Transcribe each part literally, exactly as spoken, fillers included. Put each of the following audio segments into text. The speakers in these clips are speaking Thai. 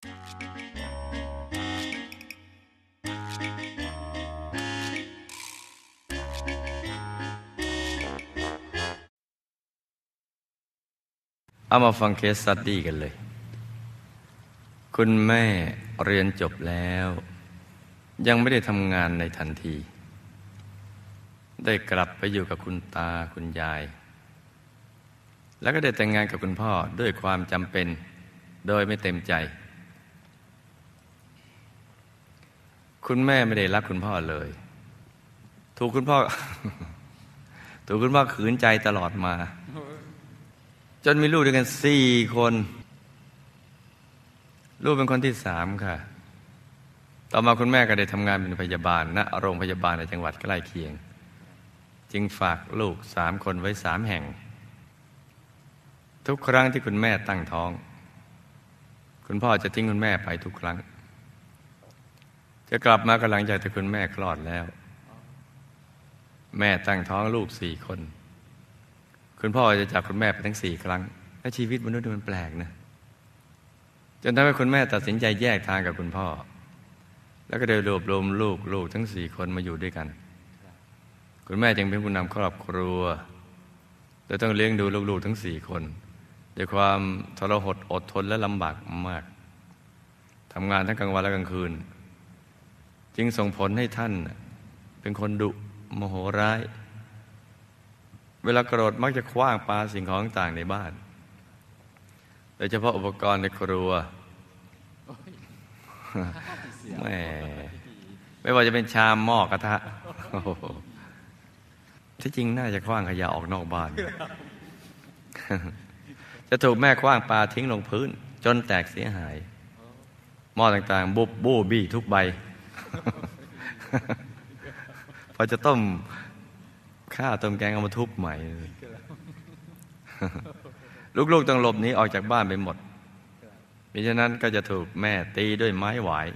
เอามาฟังเคสสตั๊ดดี้กันเลยคุณแม่เรียนจบแล้วยังไม่ได้ทำงานในทันทีได้กลับไปอยู่กับคุณตาคุณยายแล้วก็ได้แต่งงานกับคุณพ่อด้วยความจำเป็นโดยไม่เต็มใจคุณแม่ไม่ได้รักคุณพ่อเลยถูกคุณพ่อ ถูกคุณพ่อขืนใจตลอดมาจนมีลูกด้วยกันสี่คนลูกเป็นคนที่สามค่ะต่อมาคุณแม่ก็ได้ทำงานเป็นพยาบาลณโรงพยาบาลในจังหวัดใกล้เคียงจึงฝากลูกสามคนไว้สามแห่งทุกครั้งที่คุณแม่ตั้งท้องคุณพ่อจะทิ้งคุณแม่ไปทุกครั้งจะกลับมาก็หลังจากที่คุณแม่คลอดแล้วแม่ตั้งท้องลูกสี่คนคุณพ่อจะจากคุณแม่ไปทั้งสี่ครั้งและชีวิตมนุษย์มันแปลกนะจนทำให้คุณแม่ตัดสินใจแยกทางกับคุณพ่อแล้วก็ได้รวบรวมลูกลูกทั้งสี่คนมาอยู่ด้วยกันคุณแม่จึงเป็นผู้นำครอบครัวโดยต้องเลี้ยงดูลูกๆทั้งสี่คนด้วยความทรหดอดทนและลำบากมากทำงานทั้งกลางวันและกลางคืนจึงส่งผลให้ท่านเป็นคนดุโมโหร้ายเวลาโกรธมักจะขว้างปาสิ่งของต่างในบ้านโดยเฉพาะอุปกรณ์ในครัวแม่ไม่ว่าจะเป็นชามหม้อกระทะที่จริงน่าจะขว้างขยะออกนอกบ้านจะถูกแม่ขว้างปาทิ้งลงพื้นจนแตกเสียหายหม้อต่างๆบุบบู้บี้ทุกใบพอจะต้มข้าวต้มแกงเอามาทุบใหม่ลูกๆต้องหลบหนีออกจากบ้านไปหมดมิฉะนั้นก็จะถูกแม่ตีด้วยไม้หวาย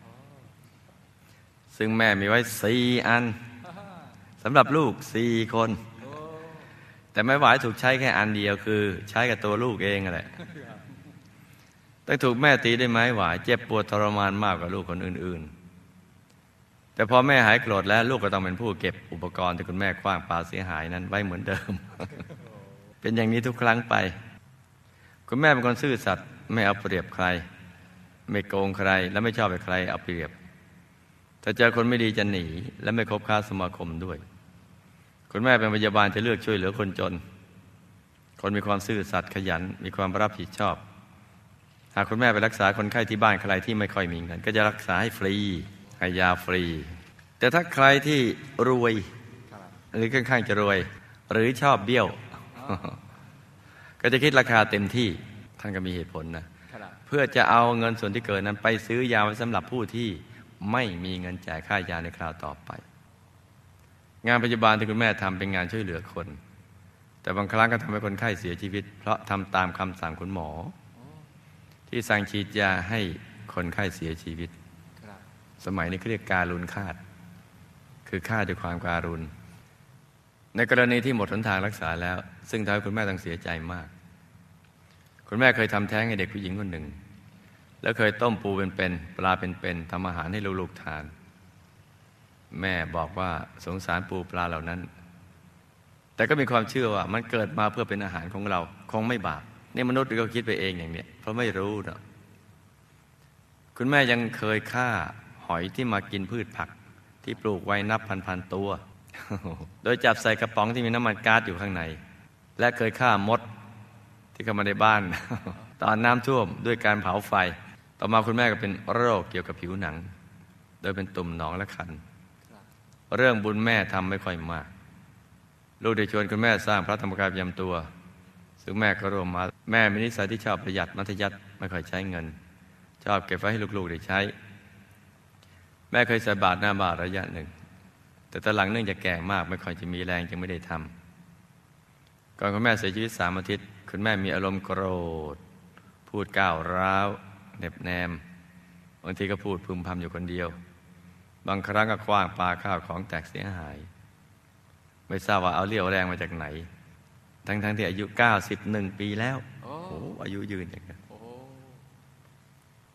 ซึ่งแม่มีไว้สี่อันสำหรับลูกสี่คนแต่ไม้หวายถูกใช้แค่อันเดียวคือใช้กับตัวลูกเองแหละต้องถูกแม่ตีด้วยไม้หวายเจ็บปวดทรมานมากกว่าลูกคนอื่นๆแต่พอแม่หายโกรธแล้วลูกก็ต้องเป็นผู้เก็บอุปกรณ์ที่คุณแม่ขว้างปาเสียหายนั้นไว้เหมือนเดิม เป็นอย่างนี้ทุกครั้งไปคุณแม่เป็นคนซื่อสัตย์ไม่เอาเปรียบใครไม่โกงใครและไม่ชอบให้ใครเอาเปรียบถ้าเจอคนไม่ดีจะหนีและไม่คบค้าสมาคมด้วยคุณแม่เป็นพยาบาลจะเลือกช่วยเหลือคนจนคนมีความซื่อสัตย์ขยันมีความรับผิดชอบหากคุณแม่ไปรักษาคนไข้ที่บ้านใครที่ไม่ค่อยมีเงินก็จะรักษาให้ฟรีให้ยาฟรีแต่ถ้าใครที่รวยหรือค่อนข้างจะรวยหรือชอบเบี้ยวก็จะคิดราคาเต็มที่ท่านก็มีเหตุผลนะเพื่อจะเอาเงินส่วนที่เกิดนั้นไปซื้อยาไว้สำหรับผู้ที่ไม่มีเงินจ่ายค่ายาในคราวต่อไปงานพยาบาลที่คุณแม่ทำเป็นงานช่วยเหลือคนแต่บางครั้งก็ทำให้คนไข้เสียชีวิตเพราะทำตามคำสั่งคุณหมอที่สั่งฉีดยาให้คนไข้เสียชีวิตสมัยนี้เขาเรียกการุณฆาตคือฆ่าด้วยความการุณในกรณีที่หมดหนทางรักษาแล้วซึ่งทำให้คุณแม่ต้องเสียใจมากคุณแม่เคยทำแท้งให้เด็กผู้หญิงคนหนึ่งแล้วเคยต้มปูเป็นๆปลาเป็นๆทำอาหารให้ลูกๆทานแม่บอกว่าสงสารปูปลาเหล่านั้นแต่ก็มีความเชื่อว่ามันเกิดมาเพื่อเป็นอาหารของเราคงไม่บาปนี่มนุษย์ก็คิดไปเองอย่างนี้เพราะไม่รู้นะคุณแม่ยังเคยฆ่าหอยที่มากินพืชผักที่ปลูกไว้นับพันๆตัวโดยจับใส่กระป๋องที่มีน้ำมันก๊าซอยู่ข้างในและเคยฆ่ามดที่เข้ามาในบ้าน ตอนน้ำท่วมด้วยการเผาไฟต่อมาคุณแม่ก็เป็นโรคเกี่ยวกับผิวหนังโดยเป็นตุ่มหนองและคันเรื่องบุญแม่ทำไม่ค่อยมากลูกได้ชวนคุณแม่สร้างพระธรรมกายประจำตัวซึ่งแม่ก็ร่วมมาแม่มีนิสัยที่ชอบประหยัดมัธยัสถ์ไม่ค่อยใช้เงินชอบเก็บไว้ให้ลูกๆได้ใช้แม่เคยใส่บาตรหน้าบาตรระยะหนึ่งแต่ตอนหลังเนื่องจากแก่มากไม่ค่อยจะมีแรงจึงไม่ได้ทำก่อนคุณแม่เสียชีวิตสามอาทิตย์คุณแม่มีอารมณ์โกรธพูดก้าวร้าวเหน็บแนมบางทีก็พูดพึมพำอยู่คนเดียวบางครั้งก็คว้างปาข้าวของแตกเสียหายไม่ทราบว่าเอาเรี่ยวแรงมาจากไหนทั้งๆที่อายุเก้าสิบเอ็ดปีแล้วโอ้อายุยืนอย่างนั้น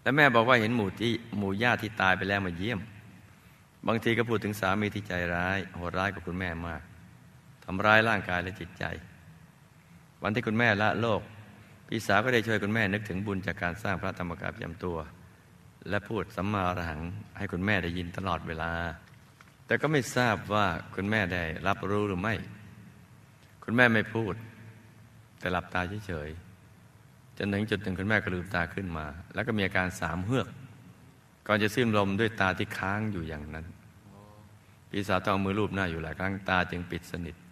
และแม่บอกว่าเห็นหมู่ที่หมู่ญาติที่ตายไปแล้วมาเยี่ยมบางทีก็พูดถึงสามีที่ใจร้ายโหดร้ายกับคุณแม่มากทำร้ายร่างกายและจิตใจวันที่คุณแม่ละโลกพี่สาวก็ได้ช่วยคุณแม่นึกถึงบุญจากการสร้างพระธรรมกายประจำตัวและพูดสัมมาอรหังให้คุณแม่ได้ยินตลอดเวลาแต่ก็ไม่ทราบว่าคุณแม่ได้รับรู้หรือไม่คุณแม่ไม่พูดแต่หลับตาเฉยๆจนถึงจุดหนึ่งคุณแม่ก็ลืมตาขึ้นมาแล้วก็มีอาการสามเฮือกก่อนจะสิ้นลมด้วยตาที่ค้างอยู่อย่างนั้นพี่สาวต้องเอามือลูบหน้าอยู่หลายครั้งตาจึงปิดสนิท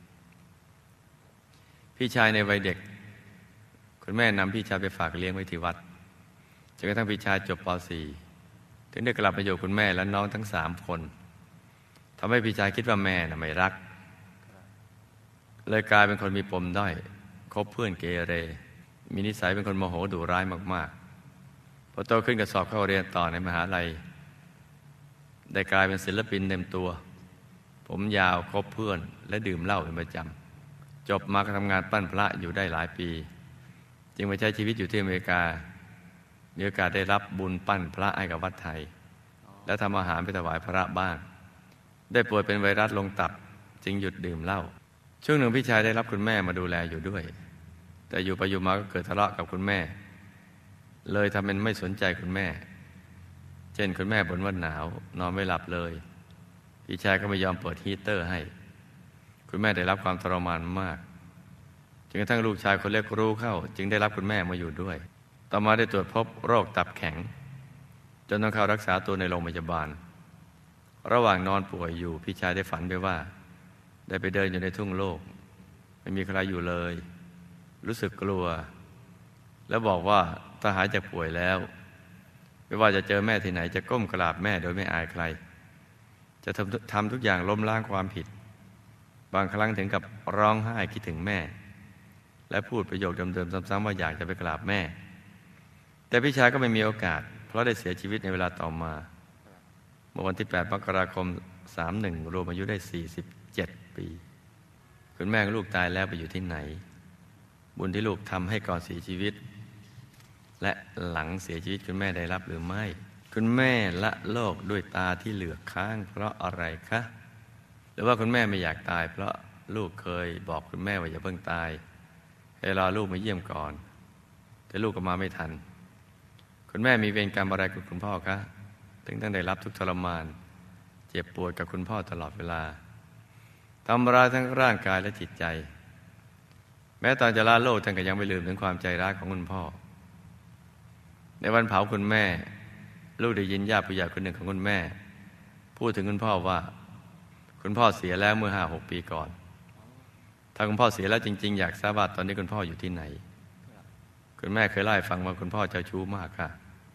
พี่ชายในวัยเด็กคุณแม่นำพี่ชายไปฝากเลี้ยงไว้ที่วัดจนกระทั่งพี่ชายจบป .สี่ ถึงได้กลับมาอยู่คุณแม่และน้องทั้งสามคนทำให้พี่ชายคิดว่าแม่น่ะไม่รักเลยกลายเป็นคนมีปมด้อยคบเพื่อนเกเรมีนิสัยเป็นคนโมโหดุร้ายมากๆพอโตขึ้นก็สอบเข้าเรียนต่อในมหาลัยได้กลายเป็นศิลปินเต็มตัวผมยาวคบเพื่อนและดื่มเหล้าเป็นประจำจบมาก็ทำงานปั้นพระอยู่ได้หลายปีจึงไปใช้ชีวิตอยู่ที่อเมริกามีโอกาสได้รับบุญปั้นพระให้กับวัดไทยและทำอาหารไปถวายพระบ้างได้ป่วยเป็นไวรัสลงตับจึงหยุดดื่มเหล้าช่วงหนึ่งพี่ชายได้รับคุณแม่มาดูแลอยู่ด้วยแต่อยู่ไปอยู่มาก็เกิดทะเลาะกับคุณแม่เลยทำเป็นไม่สนใจคุณแม่เช่นคุณแม่บ่นว่าหนาวนอนไม่หลับเลยพี่ชายก็ไม่ยอมเปิดฮีตเตอร์ให้คุณแม่ได้รับความทรมานมากจนกระทั่งลูกชายคนเล็กรู้เข้าจึงได้รับคุณแม่มาอยู่ด้วยต่อมาได้ตรวจพบโรคตับแข็งจนต้องเข้ารักษาตัวในโรงพยาบาลระหว่างนอนป่วยอยู่พี่ชายได้ฝันไปว่าได้ไปเดินอยู่ในทุ่งโล่งไม่มีใครอยู่เลยรู้สึกกลัวแล้วบอกว่าถ้าหายจากป่วยแล้วไม่ว่าจะเจอแม่ที่ไหนจะก้มกราบแม่โดยไม่อายใครจะทำทำทุกอย่างล้มล้างความผิดบางครั้งถึงกับร้องไห้คิดถึงแม่และพูดประโยคเดิมๆซ้ำๆว่าอยากจะไปกราบแม่แต่พี่ชายก็ไม่มีโอกาสเพราะได้เสียชีวิตในเวลาต่อมาเมื่อวันที่แปดมกราคมสามสิบเอ็ดรวมอายุได้สี่สิบเจ็ดปีคุณแม่กับลูกตายแล้วไปอยู่ที่ไหนบุญที่ลูกทำให้ก่อนเสียชีวิตและหลังเสียชีวิตคุณแม่ได้รับหรือไม่คุณแม่ละโลกด้วยตาที่เหลือกค้างเพราะอะไรคะหรือว่าคุณแม่ไม่อยากตายเพราะลูกเคยบอกคุณแม่ว่าอย่าเพิ่งตายให้รอลูกมาเยี่ยมก่อนแต่ลูกก็มาไม่ทันคุณแม่มีเวรกรรมอะไรกับคุณพ่อคะถึงต้องได้รับทุกข์ทรมานเจ็บปวดกับคุณพ่อตลอดเวลาทำร้ายทั้งร่างกายและจิตใจแม้ตอนจะลาโลกท่านก็ยังไม่ลืมถึงความใจร้ายของคุณพ่อในวันเผาคุณแม่ลูกได้ยินญาติผู้ใหญ่คนหนึ่งของคุณแม่พูดถึงคุณพ่อว่าคุณพ่อเสียแล้วเมื่อห้าหกปีก่อนถ้าคุณพ่อเสียแล้วจริงๆอยากทราบว่าตอนนี้คุณพ่ออยู่ที่ไหนคุณแม่เคยเล่าให้ฟังว่าคุณพ่อเจ้าชู้มากค่ะ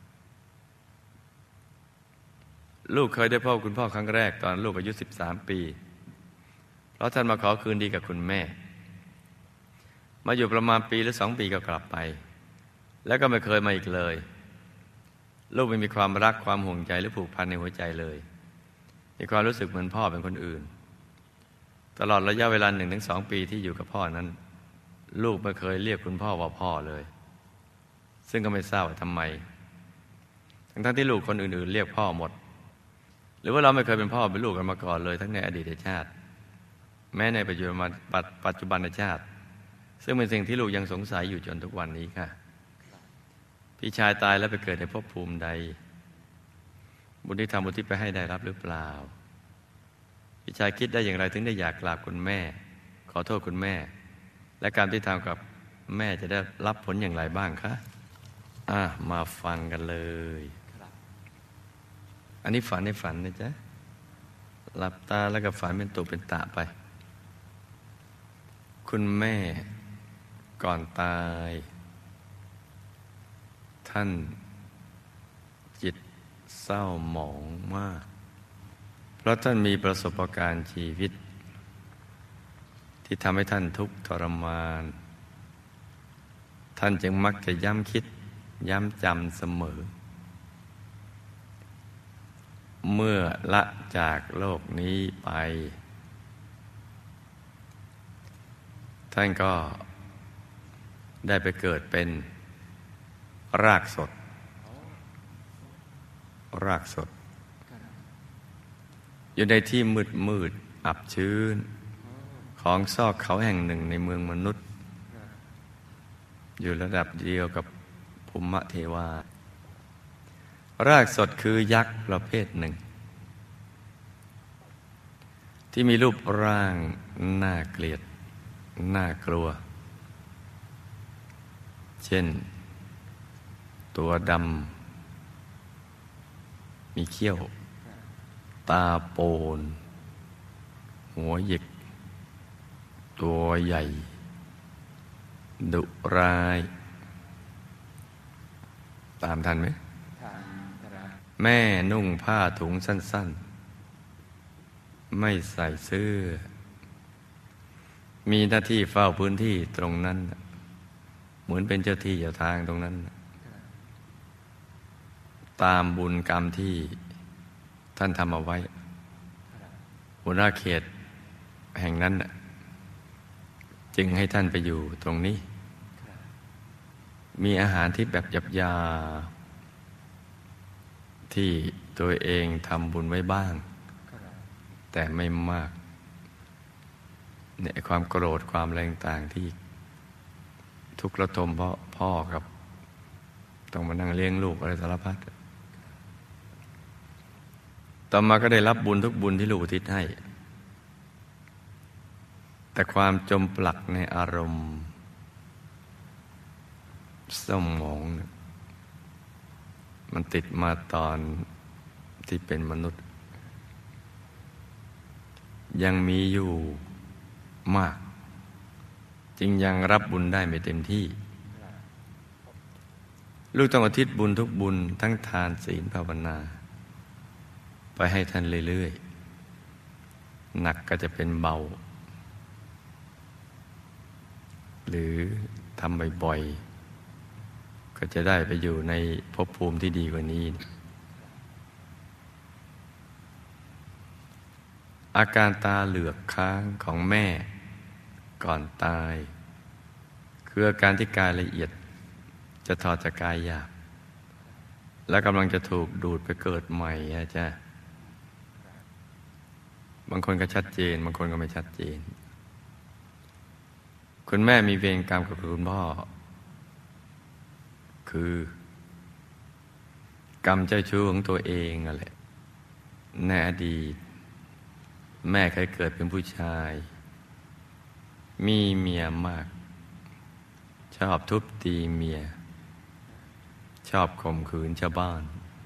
ลูกเคยได้พบคุณพ่อครั้งแรกตอนลูกอายุสิบสามปีเพราะท่านมาขอคืนดีกับคุณแม่มาอยู่ประมาณปีหรือสองปีก็กลับไปแล้วก็ไม่เคยมาอีกเลยลูกไม่มีความรักความห่วงใยหรือผูกพันในหัวใจเลยมีความรู้สึกเหมือนพ่อเป็นคนอื่นตลอดระยะเวลาหนึ่งถึงสองปีที่อยู่กับพ่อนั้นลูกไม่เคยเรียกคุณพ่อว่าพ่อเลยซึ่งก็ไม่ทราบว่าทำไมทั้งๆที่ลูกคนอื่นๆเรียกพ่อหมดหรือว่าเราไม่เคยเป็นพ่อเป็นลูกกันมาก่อนเลยทั้งในอดีตชาติแม้ในปัจจุบันปัจจุบันชาติซึ่งเป็นสิ่งที่ลูกยังสงสัยอยู่จนทุกวันนี้ค่ะพี่ชายตายแล้วไปเกิดในภพภูมิใดบุญที่ทำบุญที่ไปให้ได้รับหรือเปล่าพี่ชายคิดได้อย่างไรถึงได้อยากกราบคุณแม่ขอโทษคุณแม่และการที่ทำกับแม่จะได้รับผลอย่างไรบ้างคะอ่ะมาฟังกันเลยอันนี้ฝันในฝันนะจ๊ะหลับตาแล้วก็ฝันเป็นตุเป็นตะไปคุณแม่ก่อนตายท่านจิตเศร้าหมองมากเพราะท่านมีประสบการณ์ชีวิตที่ทำให้ท่านทุกข์ทรมานท่านจึงมักจะย้ำคิดย้ำจำเสมอเมื่อละจากโลกนี้ไปท่านก็ได้ไปเกิดเป็นรากสดรากสดอยู่ในที่มืดมืดอับชื้นของซอกเขาแห่งหนึ่งในเมืองมนุษย์อยู่ระดับเดียวกับภูมิเทวารากสดคือยักษ์ประเภทหนึ่งที่มีรูปร่างน่าเกลียดน่ากลัวเช่นตัวดำมีเขี้ยวตาโปนหัวหยิกตัวใหญ่ดุร้ายตามทันไหมแม่นุ่งผ้าถุงสั้นๆไม่ใส่เสื้อมีหน้าที่เฝ้าพื้นที่ตรงนั้นเหมือนเป็นเจ้าที่เจ้าทางตรงนั้นตามบุญกรรมที่ท่านทำเอาไว้หัวหน้าเขตแห่งนั้นจึงให้ท่านไปอยู่ตรงนี้มีอาหารที่แบบหยาบๆที่ตัวเองทำบุญไว้บ้างแต่ไม่มากเนี่ยความโกรธความแรงต่างที่ทุกข์ระทมเพราะพ่อกับต้องมานั่งเลี้ยงลูกอะไรสารพัดต่อมาก็ได้รับบุญทุกบุญที่ลูกอุทิศให้แต่ความจมปลักในอารมณ์เศร้าหมองมันติดมาตอนที่เป็นมนุษย์ยังมีอยู่มากจึงยังรับบุญได้ไม่เต็มที่ลูกต้องอุทิศบุญทุกบุญทั้งทานศีลภาวนาไปให้ท่านเรื่อยๆหนักก็จะเป็นเบาหรือทำบ่อยๆก็จะได้ไปอยู่ในภพภูมิที่ดีกว่านี้อาการตาเหลือกค้างของแม่ก่อนตายคืออาการที่กายละเอียดจะถอดจากกายหยาบและกำลังจะถูกดูดไปเกิดใหม่นะจ๊ะบางคนก็ชัดเจนบางคนก็ไม่ชัดเจนคุณแม่มีเวรกรรมกับคุณพ่อคือกรรมเจ้าชู้ของตัวเองนั่นแหละในอดีตแม่เคยเกิดเป็นผู้ชายมีเมียมากชอบทุบตีเมียชอบข่มขืนชาวบ้าน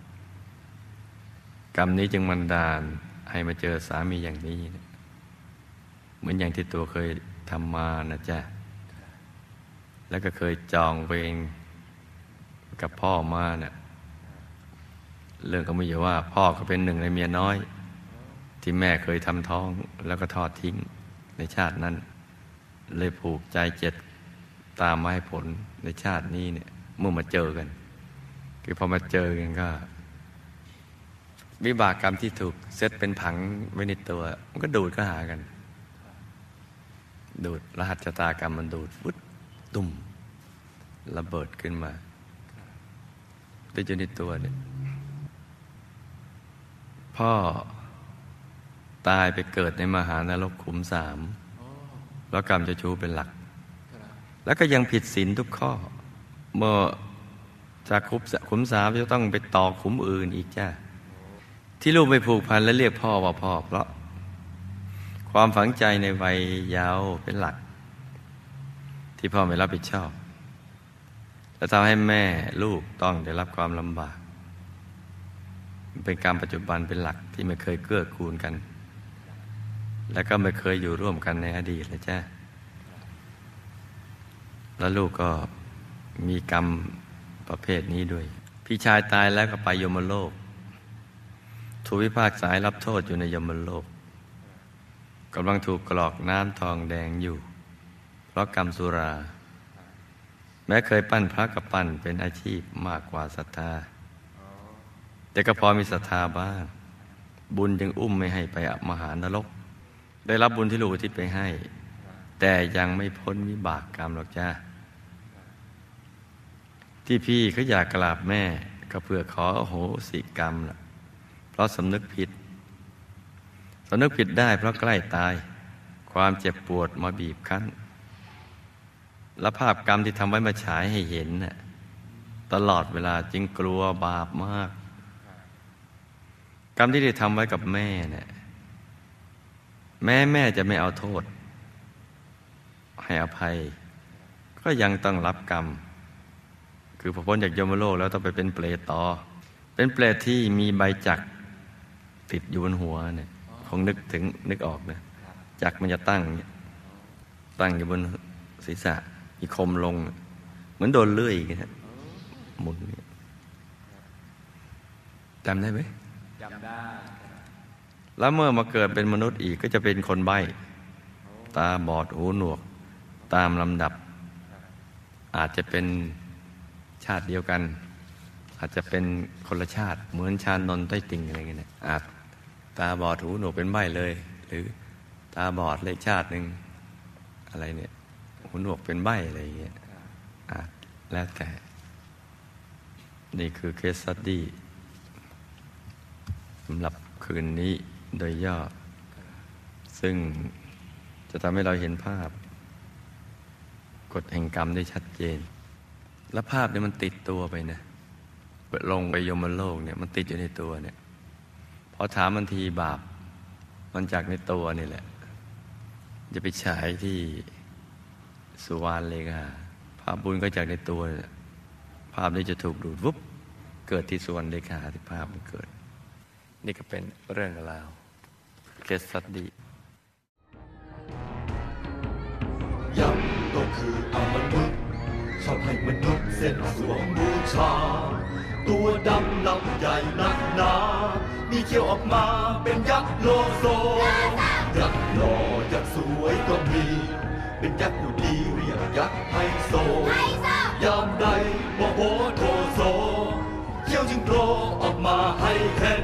กรรมนี้จึงบันดาลให้มาเจอสามีอย่างนี้เหมือนอย่างที่ตัวเคยทำมานะจ๊ะแล้วก็เคยจองเวรกับพ่อมาเนี่ยเรื่องก็มีอยู่ว่าพ่อก็เป็นหนึ่งในเมียน้อยที่แม่เคยทำท้องแล้วก็ทอดทิ้งในชาตินั้นเลยผูกใจเจ็ดตามมาให้ผลในชาตินี้เนี่ยเมื่อมาเจอกันคือพอมาเจอกันก็วิบากกรรมที่ถูกเซตเป็นผังไว้ในตัวมันก็ดูดก็หากันดูดรหัสชะตากรรมมันดูดวุดตุ่มระเบิดขึ้นมาได้อยู่ในตัวเนี่ยพ่อตายไปเกิดในมหานรกขุมสามแล้วกรรมจะชูเป็นหลักแล้วก็ยังผิดศีลทุกข้อเมื่อจากขุมสามจะต้องไปต่อขุมอื่นอีกจ้าที่ลูกไม่ผูกพันและเรียกพ่อว่าพ่อเพราะความฝังใจในวัยเยาว์เป็นหลักที่พ่อไม่รับผิดชอบและทำให้แม่ลูกต้องได้รับความลำบากเป็นกรรมปัจจุบันเป็นหลักที่ไม่เคยเกื้อกูลกันและก็ไม่เคยอยู่ร่วมกันในอดีตเลยจ้าแล้วลูกก็มีกรรมประเภทนี้ด้วยพี่ชายตายแล้วก็ไปยมโลกถูกพิพากษารับโทษอยู่ในยมโลกกำลังถูกกรอกน้ำทองแดงอยู่เพราะกรรมสุราแม้เคยปั้นพระกับปั้นเป็นอาชีพมากกว่าศรัทธาแต่ก็พอมีศรัทธาบ้างบุญจึงอุ้มไม่ให้ไปมหานรกได้รับบุญที่ลูกอุทิศไปให้แต่ยังไม่พ้นวิบากกรรมหรอกจ้าที่พี่เขาอยากกราบแม่ก็เพื่อขออโหสิกรรมล่ะเพราะสำนึกผิดสำนึกผิดได้เพราะใกล้ตายความเจ็บปวดมาบีบคั้นและภาพกรรมที่ทำไว้มาฉายให้เห็นน่ะตลอดเวลาจึงกลัวบาปมากกรรมที่ได้ทำไว้กับแม่เนี่ยแม่แม่จะไม่เอาโทษให้อภัยก็ยังต้องรับกรรมคือพอพ้นจากยมโลกแล้วต้องไปเป็นเปรตต่อเป็นเปรตที่มีใบจักรติดอยู่บนหัวเนี่ยคงนึกถึงนึกออกนะจักรมันจะตั้งตั้งอยู่บนศีรษะอีคมลงเหมือนโดนเลื่อยอย่างเงี้ยหมุนจำได้ไหมจำได้แล้วเมื่อมาเกิดเป็นมนุษย์อีกก็จะเป็นคนใบ้ตาบอดหูหนวกตามลำดับอาจจะเป็นชาติเดียวกันอาจจะเป็นคนละชาติเหมือนชาญนนท์ใต้ติ่งอะไรเงี้ยอาจตาบอดหูหนวกเป็นใบ้เลยหรือตาบอดเลยชาติหนึ่งอะไรเนี่ยหูหนวกเป็นใบ้อะไรเงี้ยอาจแล้วแต่นี่คือเคสสตัดดี้สำหรับคืนนี้โดยย่อซึ่งจะทำให้เราเห็นภาพกฎแห่งกรรมได้ชัดเจนและภาพเนี่ยมันติดตัวไปนะลงไปยมโลกเนี่ยมันติดอยู่ในตัวเนี่ยพอถามมันทีบาปมันจากในตัวนี่แหละจะไปฉายที่สุวรรณเลยค่ะภาพบุญก็จากในตัวภาพนี้จะถูกดูดวุบเกิดที่สุวรรณเลยค่ะที่ภาพมันเกิดนี่ก็เป็นเรื่องราวเคสสตัดดี้ยักษ์ก็คืออมนุษย์ชอบให้มนุษย์เส้นสวงบูชาตัวดำลำใหญ่นักหนามีเขี้ยวออกมาเป็นยักษ์โลโซยักษ์หล่อยักษ์สวยก็มีเป็นยักษ์อยู่ดีเรียกยักษ์ไฮโซยามใดโมโหโทโซเขี้ยวจึงโผล่ออกมาให้เห็น